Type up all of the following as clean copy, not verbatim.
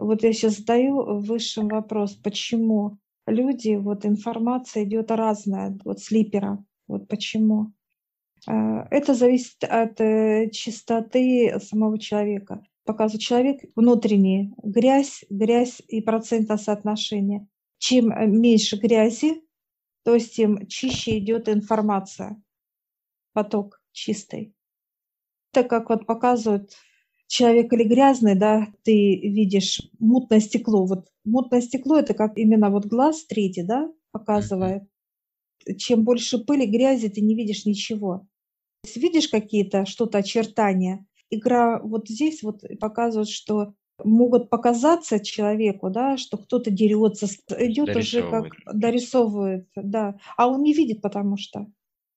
Вот я сейчас задаю высшим вопрос, почему люди, вот информация идет разная, вот слипера, вот почему? Это зависит от чистоты самого человека. Показывает человек внутренний, грязь и процентное соотношение. Чем меньше грязи, то есть тем чище идет информация, поток чистый. Так как вот показывают человек или грязный, да, ты видишь мутное стекло. Вот мутное стекло это как именно вот глаз третий, да, Мгм. показывает. Чем больше пыли, грязи, ты не видишь ничего. То есть видишь какие-то что-то очертания. Игра вот здесь вот показывает, что могут показаться человеку, да, что кто-то дерется, То есть идет уже дорисовывает, как получается. дорисовывает, да, а он не видит, потому что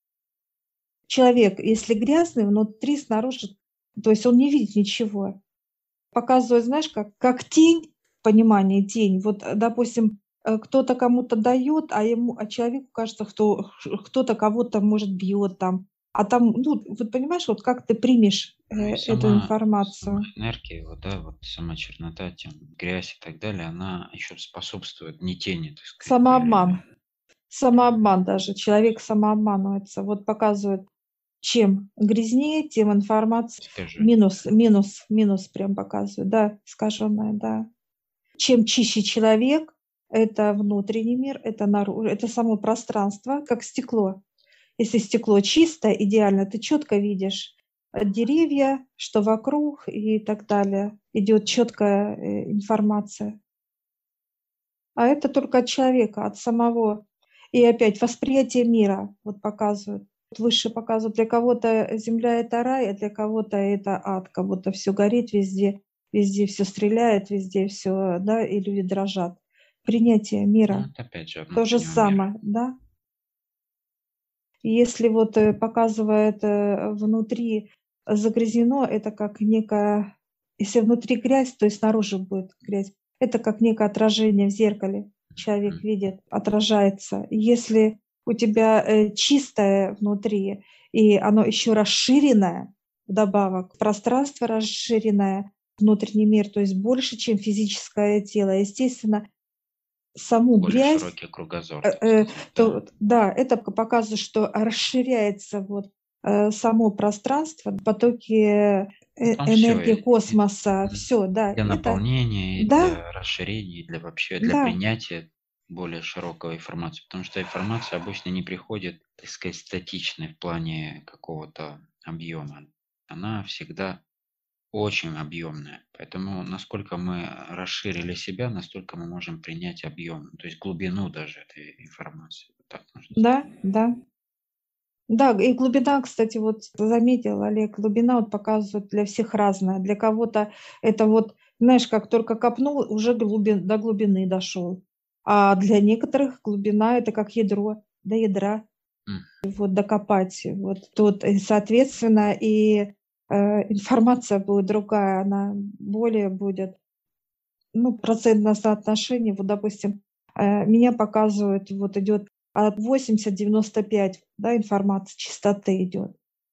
человек, если грязный внутри, снаружи, то есть он не видит ничего. Показывает, знаешь, как тень, понимание тень. Вот, допустим, кто-то кому-то дает, а человеку кажется, кто-то кого-то, может, бьет там. А там, ну, вот понимаешь, вот как ты примешь, Ну и эту сама информацию? энергия, вот, да, вот сама чернота, тем грязь и так далее, она еще способствует не тени, так сказать, Самообман. появлению. Самообман даже. Человек самообманывается. Вот показывает, чем грязнее, тем информация Искажение. минус прям показывает. Да, искаженная, да. Чем чище человек, это внутренний мир, это само пространство, как стекло. Если стекло чистое, идеально, ты четко видишь деревья, что вокруг и так далее. Идет четкая информация. А это только от человека, от самого. И опять восприятие мира вот показывают. Вот выше показывают, для кого-то земля это рай, а для кого-то это ад, как будто все горит везде, везде все стреляет, везде все, да, и люди дрожат. Принятие Ну, мира это опять же от то же внутреннего мира. самое, да. И если вот показывает внутри загрязнено, это как некая, если внутри грязь, то и снаружи будет грязь. Это как некое отражение в зеркале. Человек М. видит, отражается. Если у тебя чистое внутри, и оно еще расширенное, вдобавок, пространство расширенное, внутренний мир, то есть больше, чем физическое тело. Естественно, саму Более грязь широкий кругозор, Э, так э, сказать, то да. вот, да, это показывает, что расширяется вот, само пространство, потоки Ну, там все энергии и космоса, все, да. для Это наполнения, и да, для расширения, и для вообще для да, принятия более широкой информации. Потому что информация обычно не приходит, так сказать, статичной в плане какого-то объема. Она всегда очень объемная. Поэтому насколько мы расширили себя, настолько мы можем принять объем, то есть глубину даже этой информации. Вот так можно да, сказать. да. Да, и глубина, кстати, вот заметил Олег, глубина вот показывает для всех разная. Для кого-то это вот, знаешь, как только копнул, уже до глубины дошел. А для некоторых глубина- это как ядро, до ядра. М. Вот докопать. Вот тут, соответственно, и, информация будет другая, она более будет, ну, процентное соотношение. Вот, допустим, меня показывают, вот идет от 80-95, да, информация, чистоты идет.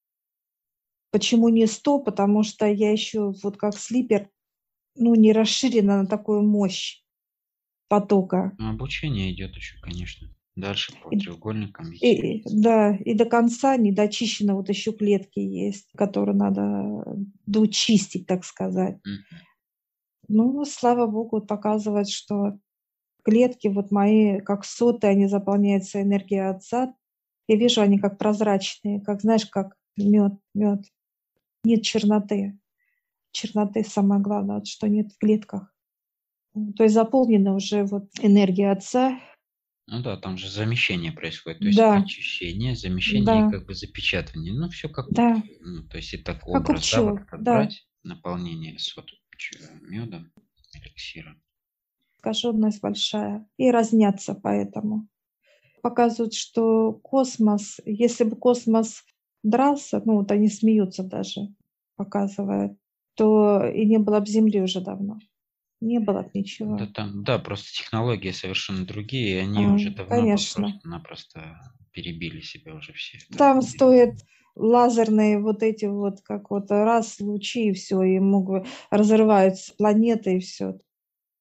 Почему не 100? Потому что я еще вот как слипер, ну, не расширена на такую мощь потока. Ну, обучение идет еще, конечно. Дальше по И треугольникам идти. да, и до конца не дочищены вот еще клетки есть, которые надо доучистить, так сказать. Мгм. Ну, слава богу, вот показывает, что клетки вот мои, как соты, они заполняются энергией Отца. Я вижу, они как прозрачные, как, знаешь, как мед. Нет черноты. Черноты самое главное, вот что нет в клетках. То есть заполнена уже вот энергия Отца. Ну да, там же замещение происходит, то есть Да, очищение, замещение да, и как бы запечатывание. Ну, все как вот, да, ну, то есть и так как у образ, да, вот пчел, этот да, брать, наполнение с вот медом, эликсиром. искаженность большая. И разнятся поэтому. Показывают, что космос, если бы космос дрался, ну вот они смеются даже, показывает, то и не было бы Земли уже давно. Не было бы Да ничего. там, да, просто технологии совершенно другие, и они уже давно бы Конечно. просто-напросто перебили себя уже все. Да. Там стоят лазерные вот эти вот, как вот раз лучи, и все, и могут разрываются планеты, и все.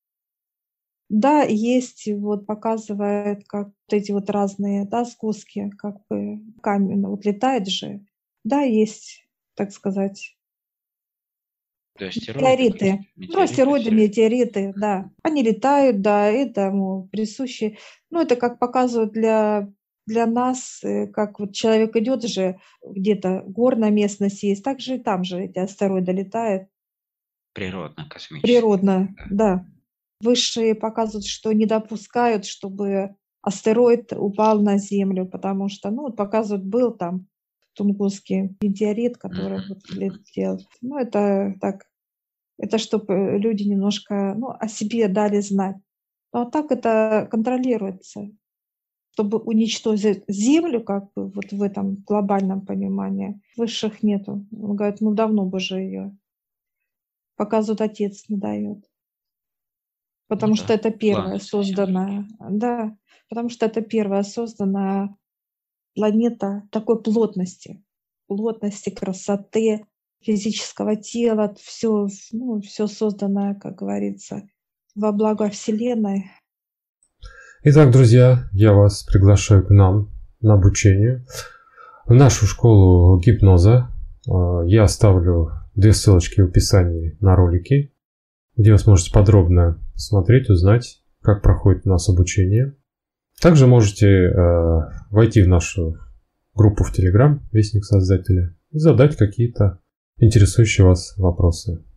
Да, есть, вот показывает, как вот эти вот разные, да, сгустки, как бы камень, ну, вот летает же. Да, есть, так сказать, То астероиды, метеориты. Ну, метеориты астероиды, все. метеориты, да. Они летают, да, этому присущи. Ну, это как показывают для нас, как вот человек идет же, где-то горная местность есть, так же и там же эти астероиды летают Природно-космические. природно, Да. да. Высшие показывают, что не допускают, чтобы астероид упал на Землю, потому что, ну, вот показывают, был там Тунгусский метеорит, который Мгм, вот мгм. летел. Ну, это так, это чтобы люди немножко, ну, о себе дали знать. Ну, а так это контролируется, чтобы уничтожить Землю, как бы вот в этом глобальном понимании. Высших нету. Он говорит, ну, давно бы же ее. Показывают, отец не дает. Ну Потому что да, это первая планы совсем другие. созданная, да, потому что это первая созданная планета такой плотности, красоты, физического тела, все, ну, все созданное, как говорится, во благо Вселенной. Итак, друзья, я вас приглашаю к нам на обучение в нашу школу гипноза. Я оставлю 2 ссылочки в описании на ролики, где вы сможете подробно посмотреть, узнать, как проходит у нас обучение. Также можете войти в нашу группу в Telegram «Вестник Создателя» и задать какие-то интересующие вас вопросы.